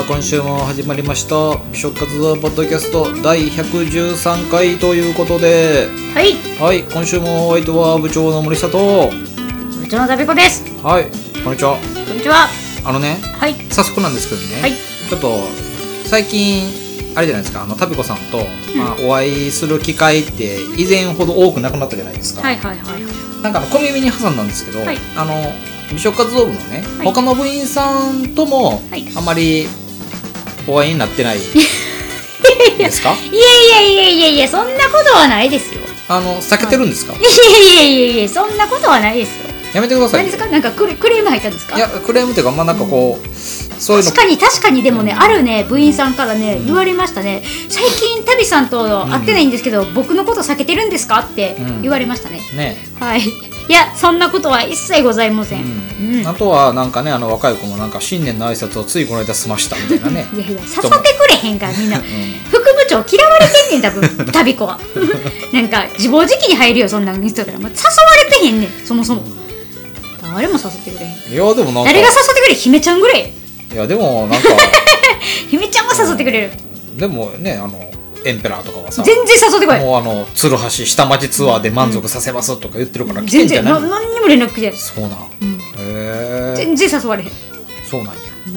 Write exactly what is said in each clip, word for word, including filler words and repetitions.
今週も始まりました美食活動ポッドキャストだいひゃくじゅうさんかいということで、 はいはい今週もお相手は部長の森下と部長のたべこです。 はいこんにちは。 こんにちは。 あのね、 はい早速なんですけどね、 はい、 ちょっと最近あれじゃないですか、あのたべこさんと、うんまあ、お会いする機会って以前ほど多くなくなったじゃないですか。 はいはいはい。 なんかあの小耳に挟んだんですけど、はい、あの美食活動部のね、はい、他の部員さんとも、はい、あまりお会いになってないですか？ いやいやいやいやいや、そんなことはないですよ。 あの避けてるんですか？ いやいやいやいや、そんなことはないですよ。 やめてください。 何ですか？なんかクレ、クレーム入ったんですか？ いやクレームっていうか、まあなんかこう、うん、そういうの確かに確かにでもね、うん、あるね部員さんからね、うん、言われましたね。最近タビさんと会ってないんですけど、うん、僕のこと避けてるんですかって言われましたね。うん、ね。はい。いやそんなことは一切ございません。 うんうん、あとはなんかね、あの若い子もなんか新年の挨拶をついこの間済ましたみたいなね。 いやいや誘ってくれへんからみんな、うん、副部長嫌われてんねん多分タビ子は。なんか自暴自棄に入るよそんなん人からもう誘われてへんねんそもそも。誰も誘ってくれへん。 いやでもなんか誰が誘ってくれ？姫ちゃんぐらい。 いやでもなんか姫ちゃんが誘ってくれる。 でもね、あのエンペラーとかはさ、 全然誘ってこい。 もうあの鶴橋下町ツアーで満足させますとか言ってるから来てんじゃない？ 全然な何にも連絡来て。 そうなん、うん、 へー全然誘われへん。 そうなんや、うん、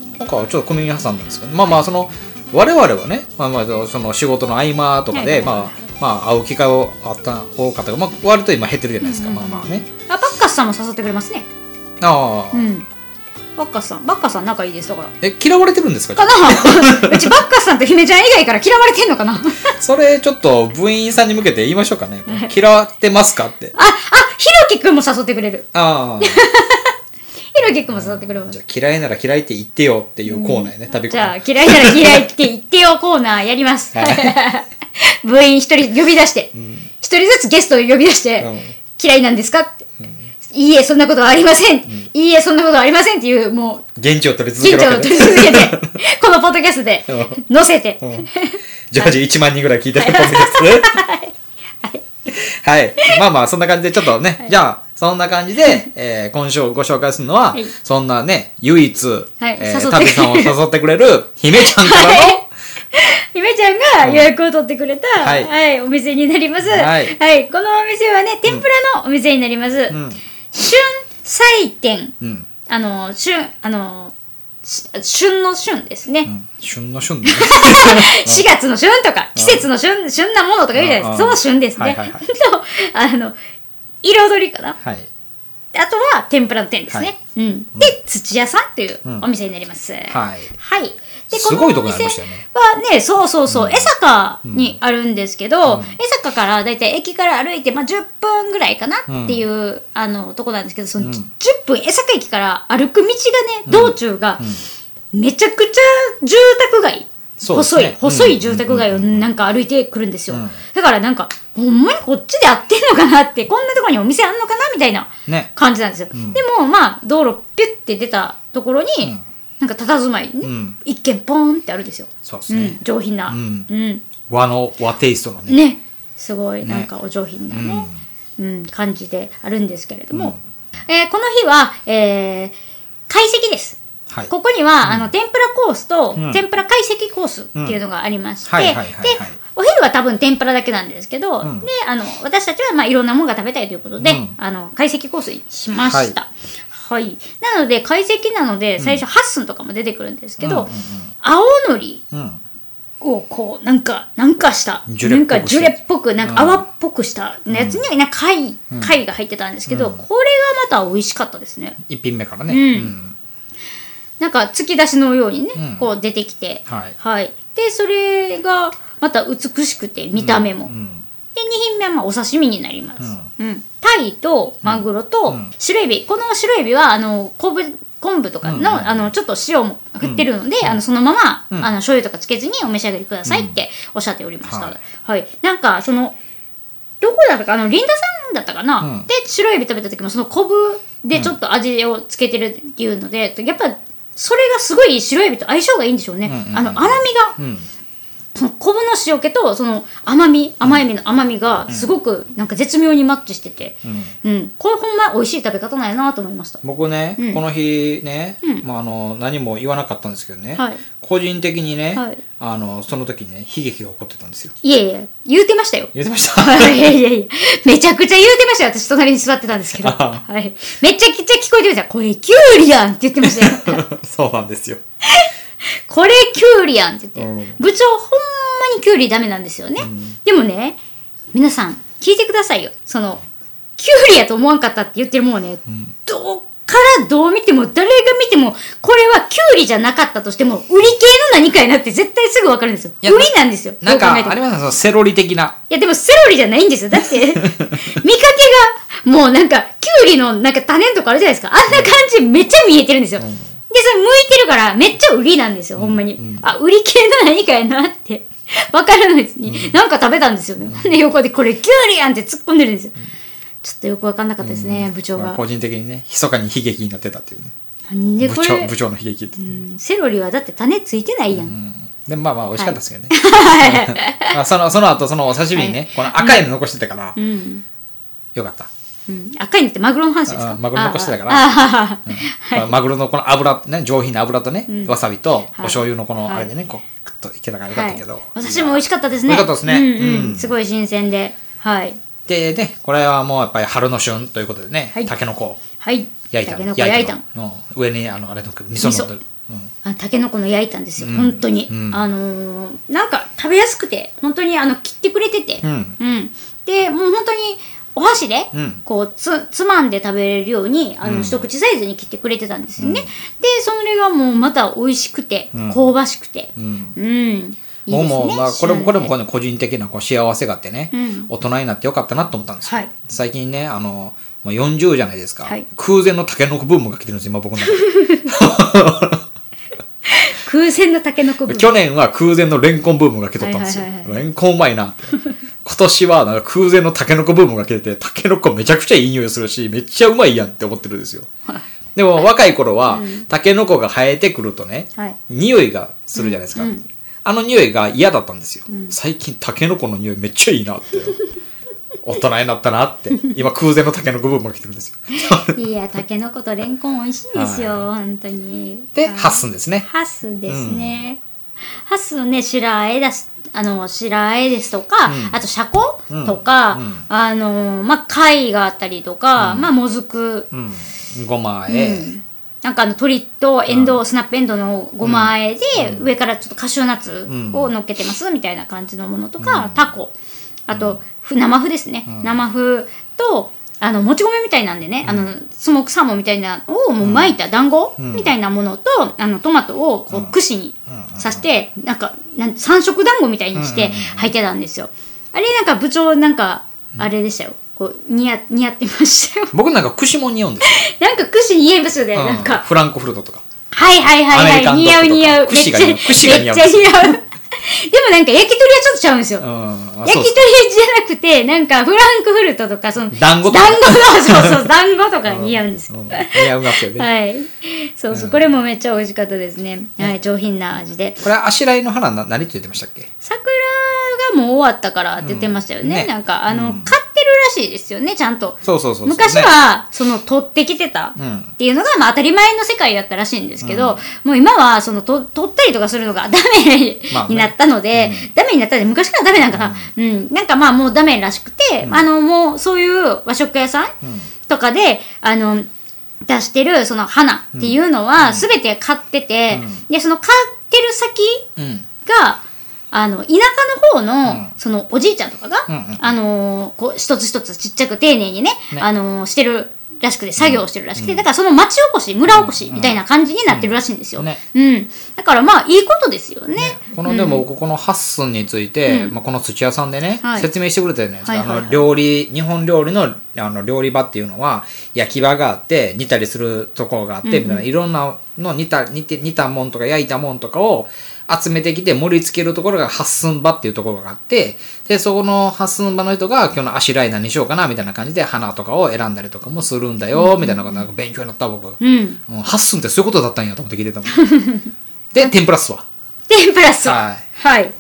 なんかちょっと小耳に挟んだんですけど、まあまあその我々はね、まあまあその仕事の合間とかで、はいはいはい、まあまあ会う機会はあった多かったが、まあ割と今減ってるじゃないですか、うん、まあまあね。 あ、バッカスさんも誘ってくれますね。 ああ、うん、 バッカスさん、バッカスさん仲いいですだから。 え、嫌われてるんですか？ かなうちバッカスさんと姫ちゃん以外から嫌われてんのかなそれちょっと部員さんに向けて言いましょうかね。嫌ってますかって。 あ、あ、ひろきくんも誘ってくれる。ああ。ひろきくんも誘ってくれる。 じゃあ嫌いなら嫌いって言ってよっていうコーナーやね、うん、旅じゃあ嫌いなら嫌いって言ってよコーナーやります。部員一人呼び出して、一、うん、人ずつゲストを呼び出して、うん、嫌いなんですかって。うん、いいえそんなことはありません、うん、いいえそんなことはありませんっていうもう現地を取り続けるわけで、 現地を取り続けてこのポッドキャストで載せて、うん、 ジョージいちまんにんぐらい聞いてるポッドキャストではい、まあまあそんな感じでちょっとね、はい、じゃあそんな感じで、えー、今週ご紹介するのは、はい、そんなね唯一、はいえー、タビさんを誘ってくれる姫ちゃんからの、はい姫ちゃんが予約を取ってくれた、うんはいはい、お店になります、はいはい、このお店はね天ぷらのお店になります、うん、旬祭店、うん、あの旬あの旬の旬ですね、うん、 旬の旬ねしがつの旬とか季節の旬、旬なものとか言うじゃないですか。その旬ですね、はいはいはい、とあの彩りかな、はい、あとは天ぷらの店ですね、はいうん、で土屋さんというお店になります、うん、はい、はいでこのお店はね、そうそうそう、うん、江坂にあるんですけど、うん、江坂からだいたい駅から歩いて、まあ、じゅっぷんぐらいかなっていう、うん、あのとこなんですけど、そのじゅっぷん江坂駅から歩く道がね、道中がめちゃくちゃ住宅街、うん、細い、ね、細い住宅街をなんか歩いてくるんですよ、うん、だからなんかほんまにこっちでやってんのかなって、こんなところにお店あんのかなみたいな感じなんですよ、ねうん、でもまあ道路ピュッて出たところに、うんなんか佇まいにね、うん、一軒ポーンってあるんですよ。 そうですね、 うん、上品な、うんうん、 和の和テイストのねねすごいなんかお上品なね、うんうん、感じであるんですけれども、うんえー、この日は、えー、懐石です、はい、ここには、うん、あの天ぷらコースと、うん、天ぷら懐石コースっていうのがありまして、でお昼は多分天ぷらだけなんですけど、うん、であの私たちはまあいろんなものが食べたいということで、うん、あの懐石コースにしました、はいはい、なので懐石なので最初ハッスンとかも出てくるんですけど、うんうんうん、青のりをこうなんかなんかしたなんかジュレっぽくなんか泡っぽくしたやつにはなんか貝、うん、貝が入ってたんですけど、うん、これがまた美味しかったですね。 一品目からね、 うんうん、なんか突き出しのようにね、うん、こう出てきて、はいはい、でそれがまた美しくて見た目も、うんうんでに品目はまあお刺身になります、うんうん、タイとマグロと白エビ、うん、この白エビはあの昆布、昆布とかの、うん、あのちょっと塩も振ってるので、うん、あのそのまま、うん、あの醤油とかつけずにお召し上がりくださいっておっしゃっておりました、うんはいはい、なんかそのどこだったかあのリンダさんだったかな、うん、で白エビ食べた時もその昆布でちょっと味をつけてるっていうので、うん、やっぱそれがすごい白エビと相性がいいんでしょうね、うんうんうん、あの粗みが、うんその昆布の塩気とその甘み甘い実の甘みがすごくなんか絶妙にマッチしてて、うんうん、これほんま美味しい食べ方なんやなと思いました。 僕ね、うん、この日ね、 うんまあ、あの何も言わなかったんですけどね、 はい、 個人的にね、 はい、 あのその時にね悲劇が起こってたんですよ。 いやいや言うてましたよ。 言うてましたいやいやいやめちゃくちゃ言うてましたよ。私隣に座ってたんですけど、はい、めちゃくちゃ聞こえてました。これキュウリやんって言ってましたよそうなんですよこれキュウリやんって言って、うん、部長ほんまにキュウリダメなんですよね、うん、でもね皆さん聞いてくださいよ。そのキュウリやと思わんかったって言ってるもんね、うん、どっからどう見ても誰が見てもこれはキュウリじゃなかったとしても売り系の何かになって絶対すぐ分かるんですよ。売りなんですよ。 なんかありますよセロリ的な。 いやでもセロリじゃないんですよ。だって見かけがもうなんかキュウリのなんか種のとこあるじゃないですか。あんな感じめっちゃ見えてるんですよ、うん、でそれ剥いてるからめっちゃ売りなんですよ、うん、ほんまに、うん、あ売り系の何かやなって分かるのですに、うん、なんか食べたんですよね、うん、で横でこれキュウリやんって突っ込んでるんですよ、うん、ちょっとよく分かんなかったですね、うん、部長が、まあ、 個人的にね密かに悲劇になってたっていうね。 なんでこれ部長部長の悲劇って、 うん、セロリはだって種ついてないやん、うん、 でもまあまあ美味しかったですけどね、はい、そのその後そのお刺身にね、はい、この赤いの残してたから、うん、よかった、 うん、赤いのってマグロの話ですか。 マグロ残してたから、うん、マグロのこの油、ね、上品な油とね、うん、わさびとお醤油のこのあれでね、はい、こうクッといけたからよかったけど、はい、 私も美味しかったですね。 美味しかったですね、 うんうんうん、すごい新鮮で、はい。 でねこれはもうやっぱり春の旬ということでね、はい、タケノコを焼いた、 タケノコ焼いた、 うん、上にあのあれの味噌のってる、 うん、タケノコの焼いたんですよ、うん、本当に、うん、あのー、なんか食べやすくて本当にあの切ってくれてて、うんうん、でもう本当にお箸でこう つ, つまんで食べれるようにあの、うん、一口サイズに切ってくれてたんですよね、うん、でそれがもうまた美味しくて、うん、香ばしくて、うん、うん、いいですね。もうもう、まあ、これもこれもこれ個人的なこう幸せがあってね、うん、大人になってよかったなと思ったんですよ、はい、最近ねあのもうよんじゅうじゃないですか、はい、空前のタケノコブームが来てるんですよ今僕の中で空前のタケノコブーム。 去年は空前のレンコンブームが来とったんですよ、はいはいはいはい、レンコンうまいなって今年はなんか空前のタケノコブームが来ててタケノコめちゃくちゃいい匂いするしめっちゃうまいやんって思ってるんですよ、はい、でも若い頃は、うん、タケノコが生えてくるとね、はい、匂いがするじゃないですか、うんうん、あの匂いが嫌だったんですよ、うん、最近タケノコの匂いめっちゃいいなって大人になったなって今空前のタケノコブームが来てるんですよいやタケノコとレンコン美味しいんですよ、はい、本当に。 でハッスンですね。 ハッスンですね、うん、ハッスンね白あえだしあの白あえですとか、うん、あとシャコとか、うんうん、あのまあ貝があったりとか、うん、まあもずく、うん、 ごまあえ、 うん、なんかあの鶏とエンドウ、うん、スナップエンドウのごまあえで、うん、上からちょっとカシューナッツを乗っけてますみたいな感じのものとか、うん、タコあと、うん、生麩ですね、うん、生麩とあのもち米みたいなんでね、うん、あのスモークサーモンみたいなのをもう巻いた団子みたいなものと、うん、あのトマトをこう串に刺して、うん、なんかなん三色団子みたいにして入ってたんですよ。あれなんか部長なんかあれでしたよ、こう似合似合ってましたよ。 僕なんか串も似合うんですなんか串似合いますよね、うん、なんかフランクフルトとかはいはいはいはい似合う似合う串が似合う串が似合うめっちゃ似合うでもなんか焼き鳥はちょっとちゃうんですよ、うん、焼き鳥じゃなくてなんかフランクフルトとかその団子とか団子そうそう団子とか似合うんですよ、うんうん、似合いますよねはいそうそう、うん、これもめっちゃ美味しかったですね、はい、上品な味で。 これはあしらいの花な何って言ってましたっけ。 桜がもう終わったからって言ってましたよね、うん、ねなんかあの、うん、買ってるらしいですよねちゃんと。 そうそうそうそう、 昔は、ね、その取ってきてたっていうのが、まあ、当たり前の世界だったらしいんですけど、うん、もう今はそのと取ったりとかするのがダメになったので、まあねうん、ダメになったで昔からダメなんかな、うん、うん、なんかまあもうダメらしくて、うん、あのもうそういう和食屋さんとかで、あの出してるその花っていうのは全て買ってて、うん、でその買ってる先が、あの田舎の方の、うん、そのおじいちゃんとかが、うんうん、あのー、こう一つ一つちっちゃく丁寧にね、ねあのー、してるらしくて作業してるらしくて、うん、だからその町おこし村おこしみたいな感じになってるらしいんですよ、うんねうん、だからまあいいことですよね。ねこのでも、うん、このハッスンについて、うんまあ、この土屋さんでね、はい、説明してくれたじゃないですか、はいはいはい、あの料理日本料理のあの料理場っていうのは焼き場があって煮たりするところがあって、うんうん、みたいないろんなの煮た煮て煮たもんとか焼いたもんとかを集めてきて盛り付けるところがハッスン場っていうところがあって、でそこのハッスン場の人が今日のあしらい何しようかなみたいな感じで花とかを選んだりとかもするんだよ、うん、みたいなことなんか勉強になった僕、うん、ハッスンってそういうことだったんやと思って聞いてたもんで天ぷらっすわ。 天ぷらっすわはい、はい、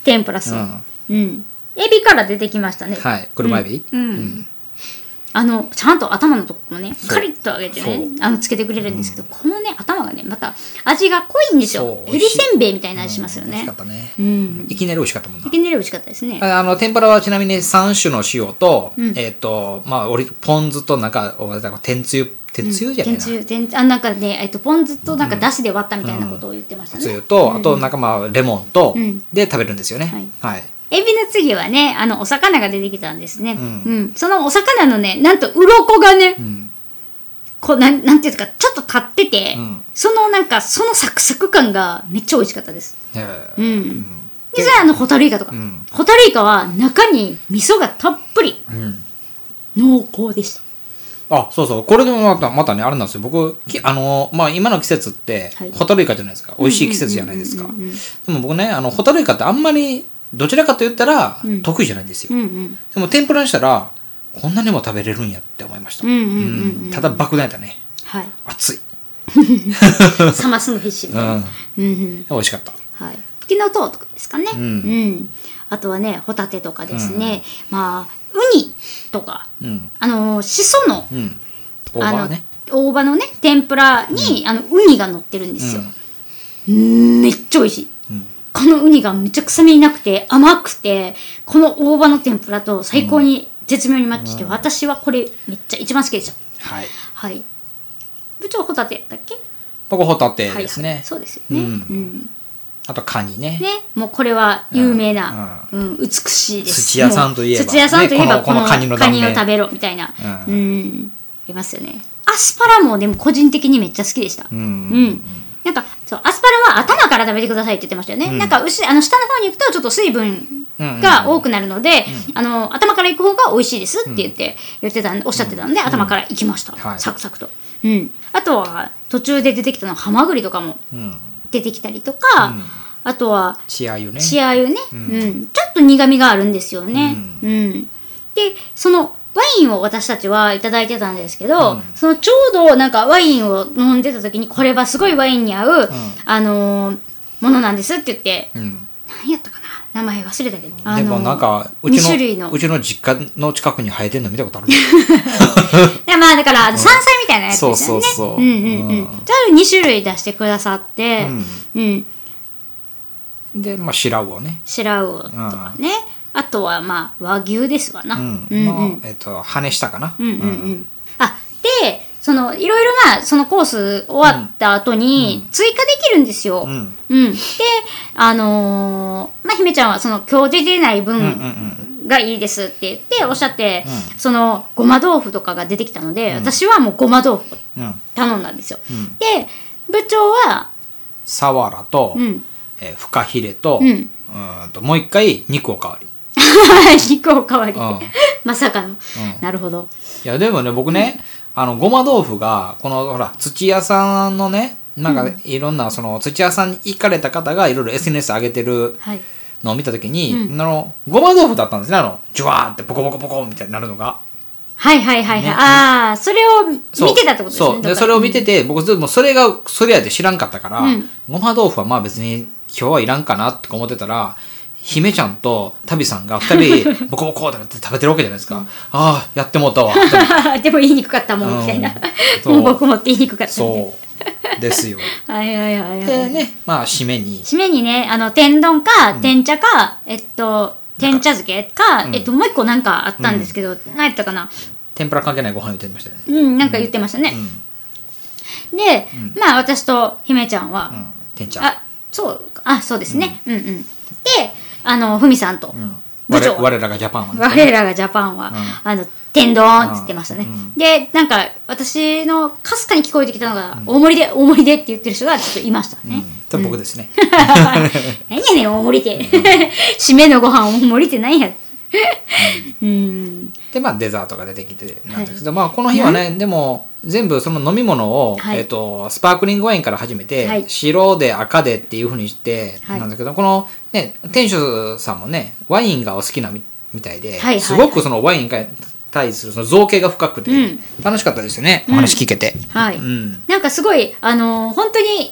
天ぷらそう。うん。うん、エビから出てきましたね。 はい。車エビ。 うん。うんうんあのちゃんと頭のとこもねカリッと揚げてねあのつけてくれるんですけど、うん、このね頭がねまた味が濃いんですよ。エビせんべいみたいな味しますよね。 美味しかったね。うん、いきなり美味しかったもんな。 いきなり美味しかったですね。 あの天ぷらはちなみにさん種の塩と、うん、えっ、ー、とまあポン酢となんか天つゆ天つゆじゃないな。 天つゆ天あなんかねえっとポン酢となんかだしで割ったみたいなことを言ってましたね。 つゆとあとなんかまあレモンと、うん、で食べるんですよね。はい。はいエビの次はね、あの、お魚が出てきたんですね。うん。うん、そのお魚のね、なんと、鱗がね、うん、こう、なん、なんていうか、ちょっと立ってて、うん、そのなんか、そのサクサク感がめっちゃ美味しかったです。うん。うん、で、さあの、ホタルイカとか。うん、ホタルイカは中に味噌がたっぷり。うん、濃厚でした。 あ、そうそう。これでもまた、またね、あれなんですよ。僕、あの、まあ、今の季節って、はい、ホタルイカじゃないですか。美味しい季節じゃないですか。でも僕ね、あの、ホタルイカってあんまり、どちらかと言ったら得意じゃないんですよ、うんうん、でも天ぷらにしたらこんなにも食べれるんやって思いました。ただ爆弾やったね、はい、熱い冷ますの必死で、うんうんうん、 美味しかった、 はい、フキノトウとかですかね、うんうん、あとはねホタテとかですね、うん、まあウニとか、うん、あのしその、うん、大葉ね大葉のね天ぷらに、うん、あのウニが乗ってるんですよ、うん、めっちゃ美味しい、うんこのウニがめっちゃ臭みなくて甘くてこの大葉の天ぷらと最高に絶妙にマッチして、うん、私はこれめっちゃ一番好きでした。はい、はい、部長ホタテだっけ？ 僕ホタテですね、はいはい、 そうですよね、うんうん、 あとカニね。 ねもうこれは有名な、うんうん、美しいです。 土屋さんといえば土屋さんといえば、ね、このカニのカニを食べろみたいな、うん、うん、ありますよね。アスパラもでも個人的にめっちゃ好きでした。うん、うんなんかそうアスパラは頭から食べてくださいって言ってましたよね、うん、なんか牛あの下の方に行くとちょっと水分が多くなるので、うん、あの頭から行く方が美味しいですって言って、うん、言ってたんでおっしゃってたんで、うん、頭から行きました、うん、サクサクと、うん、あとは途中で出てきたのはハマグリとかも出てきたりとか、うん、あとは血あゆね血あゆね、うんうん、ちょっと苦みがあるんですよね、うんうん、でそのワインを私たちはいただいてたんですけど、うん、そのちょうどなんかワインを飲んでた時にこれはすごいワインに合う、うん、あのー、ものなんですって言って、うん、何やったかな名前忘れたけど、あのー、 でもなんかうち の, のうちの実家の近くに生えてるの見たことあるまあだから山菜みたいなやつですよね。 そうそうそう、 うんうんうん、じゃあに種類出してくださって、うん、 うん、でまあ白魚ね白魚とかね、あとはまあ和牛ですわな。うんうんうんえっと羽したかな。 うんうんうん。あでそのいろいろまあそのコース終わった後に追加できるんですよ。うんうん、であのー、まあ姫ちゃんはその今日出てない分がいいですって言っておっしゃって、うん、そのごま豆腐とかが出てきたので、うん、私はもうごま豆腐を頼んだんですよ。うん、で部長はサワラと、うんえー、フカヒレと、うん、うんともう一回肉おかわり。 肉おかわり、うん、まさかの、うん、なるほど。 いやでもね僕ね、うん、あのごま豆腐がこのほら土屋さんのねなんかいろんなその土屋さんに行かれた方がいろいろ エスエヌエス 上げてるのを見た時に、はいうん、あのごま豆腐だったんですね。あのジュワーってポコポコポコみたいになるのがはいはいはいはい、ね、ああそれを見てたってことですね。 そうでそれを見てて、うん、僕ずっとそれがそれやで知らんかったから、うん、ごま豆腐はまあ別に今日はいらんかなとか思ってたら姫ちゃんとタビさんがふたりボコボコって食べてるわけじゃないですか、うん、ああやってもうたわでも言いにくかったもんみたいな、うん、もう僕もって言いにくかったそうですよはいはいはいはい。 でねまあ締めに締めにねあの天丼か、うん、天茶かえっと天茶漬けか、うん、えっともう一個なんかあったんですけど、うん、何やったかな天ぷら関係ないご飯言ってましたよね。 うんなんか言ってましたね、うん、で、うん、まあ私と姫ちゃんは、うん、 天茶あそうあそうですね、うん、うんうんであのふみさんと、うん、 部長我らがジャパンは、 ね、我らがジャパンは、うん、あの天丼って言ってましたね、うん、でなんか私のかすかに聞こえてきたのが、うん、大盛りで大盛りでって言ってる人がちょっといましたね、 うん、僕ですね何やねん大盛りって締めのご飯大盛りって何やうん、 でまあデザートが出てきてなんですけど、はい、まあこの日はね、うん、でも全部その飲み物を、はいえー、とスパークリングワインから始めて、はい、白で赤でっていうふうにしてなんだけど、はい、この、ね、店主さんもねワインがお好きな み, みたいで、はいはいはい、すごくそのワインに対するその造形が深くて、うん、楽しかったですよね、お話聞けて、 うんはいうん、なんかすごいあのー、本当に大き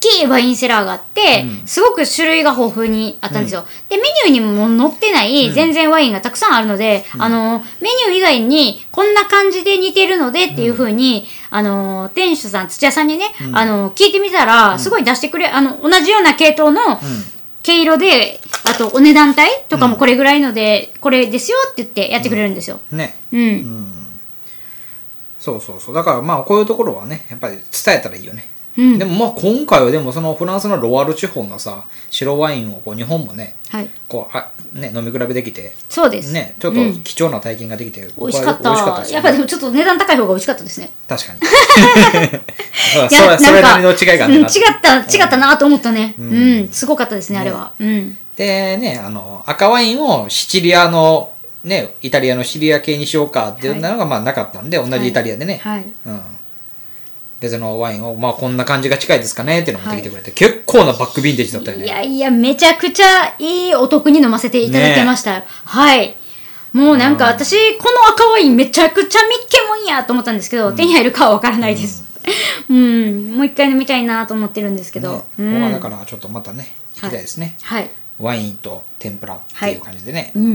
きいワインセラーがあって、うん、すごく種類が豊富にあったんですよ、うん、でメニューにも載ってない全然ワインがたくさんあるので、うん、あのメニュー以外にこんな感じで似てるのでっていう風に、うん、あの店主さん土屋さんにね、うん、あの聞いてみたらすごい出してくれ、あの同じような系統の、うん、毛色で、あとお値段帯とかもこれぐらいので、うん、これですよって言ってやってくれるんですよ、 ね、 うん、うん、 そうそうそう。だからまあこういうところはねやっぱり伝えたらいいよね、うん、でもまあ今回はでもそのフランスのロワール地方のさ白ワインをこう日本もね、はい、こうあね飲み比べできて、 そうですね、ちょっと貴重な体験ができて、うん、 美味しかった。美味しかったですね。やっぱでもちょっと値段高い方が美味しかったですね。 確かにそ, そ, れそれなりの違いがあってな、うん、違った違ったなと思ったね、うんうん、すごかったですねあれは、ね、うん、 でね、あの赤ワインをシチリアのね、イタリアのシチリア系にしようかっていうのがまあなかったんで、はい、同じイタリアでね、はいはい、うん、でそのワインをまあこんな感じが近いですかねっていうのを持ってきてくれて、はい、結構なバックヴィンテージだったよね。 いやいやめちゃくちゃいいお得に飲ませていただきました、ね、はい。もうなんか私、うん、この赤ワインめちゃくちゃみっけもんやと思ったんですけど、うん、手に入るかは分からないです、うん、うん、もう一回飲みたいなと思ってるんですけど、ね、 うん、ここはだからちょっとまたね聞きたいですね、はい、はい、ワインと天ぷらっていう感じでね、はい、うんうん、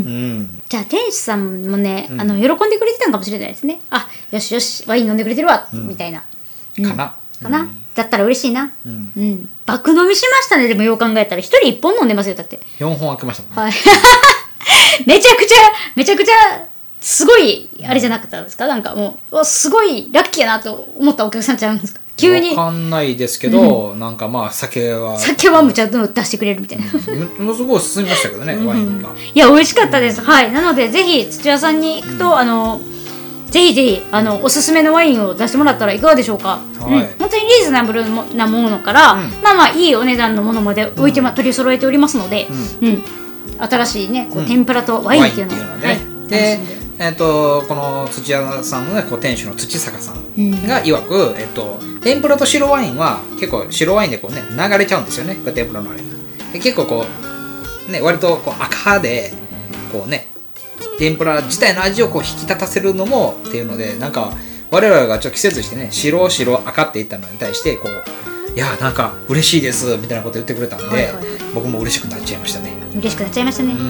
じゃあ店主さんもね、うん、あの喜んでくれてたのかもしれないですね。あ、よしよしワイン飲んでくれてるわ、うん、みたいな、 うん、かなかな、うん、だったら嬉しいな、うんうん、爆飲みしましたね。でもよう考えたら一人一本飲んでますよ。だってよんほん開けましたもんね、はい、 めちゃくちゃめちゃくちゃすごいあれじゃなかったですか。なんかもうすごいラッキーやなと思ったお客さんちゃうんですか。急に分かんないですけど、うん、なんかまあ酒は酒はむちゃ出してくれるみたいな、 うん、ものすごい進みましたけどね、うん、ワインが。 いや美味しかったです、うん、はい。なのでぜひ土屋さんに行くと、うん、あのぜひぜひあのおすすめのワインを出してもらったらいかがでしょうか、はい、うん、本当にリーズナブルなものから、うん、まあまあいいお値段のものまで置いて、ま、取り揃えておりますので、うんうん、新しいねこう、うん、天ぷらとワインっていうのを、ね、はい、 でえー、とこの土屋さんの、ね、こう店主の土坂さんが曰く、えー、と天ぷらと白ワインは結構白ワインでこう、ね、流れちゃうんですよね。これ天ぷらのあれで結構こう、ね、割とこう赤でこうね天ぷら自体の味をこう引き立たせるのもっていうので、なんか我々がちょっと季節してね白白赤って言ったのに対してこういやなんか嬉しいですみたいなこと言ってくれたんで、はいはいはい、僕も嬉しくなっちゃいましたね。 嬉しくなっちゃいましたね、うん、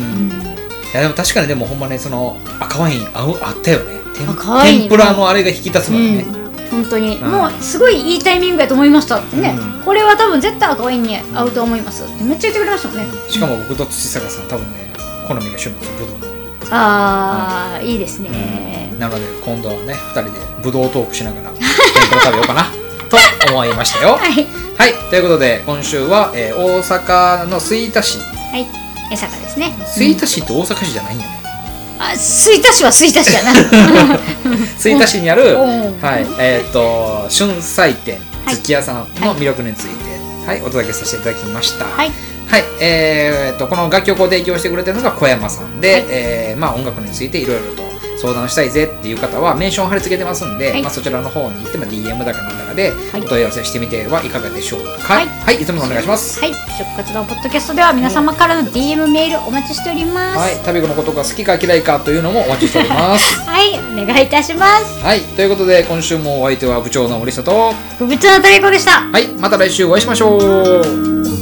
いやでも確かにでもほんまねその赤ワイン合うあったよね。天ぷらのあれが引き立つのね、 うん、本当に、うん、もうすごいいいタイミングやと思いましたってね、うん、これは多分絶対赤ワインに合うと思いますってめっちゃ言ってくれましたもんね、 うん、しかも僕と土坂さん多分ね好みが一緒なんですよ、ブドウの。 あー、うん、いいですね、 うん、なので今度はねふたりでブドウトークしながら天ぷら食べようかなと思いましたよはい、はい、ということで今週は、えー、大阪の吹田市、 はい、江坂ですね。 吹田市って大阪市じゃないんよね、 うん、あ、吹田市は吹田市やな吹田市にある、はい、えっと春菜店土屋さんの魅力について、はいはい、お届けさせていただきました。はい、はい、えー、っとこの楽曲を提供してくれてるのが小山さんで、はい、えー、まあ、音楽についていろいろと相談したいぜっていう方はメンション貼り付けてますんで、はい、まあ、そちらの方に行っても ディーエム だかなんだかでお問い合わせしてみてはいかがでしょうか。はい、はい、いつもお願いします。 はい、食活動ポッドキャストでは皆様からの ディーエム メールお待ちしております。 はい、旅子のことが好きか嫌いかというのもお待ちしておりますはい、お願いいたします。 はい、ということで今週もお相手は部長の森下と副部長の旅子でした。 はい、また来週お会いしましょう。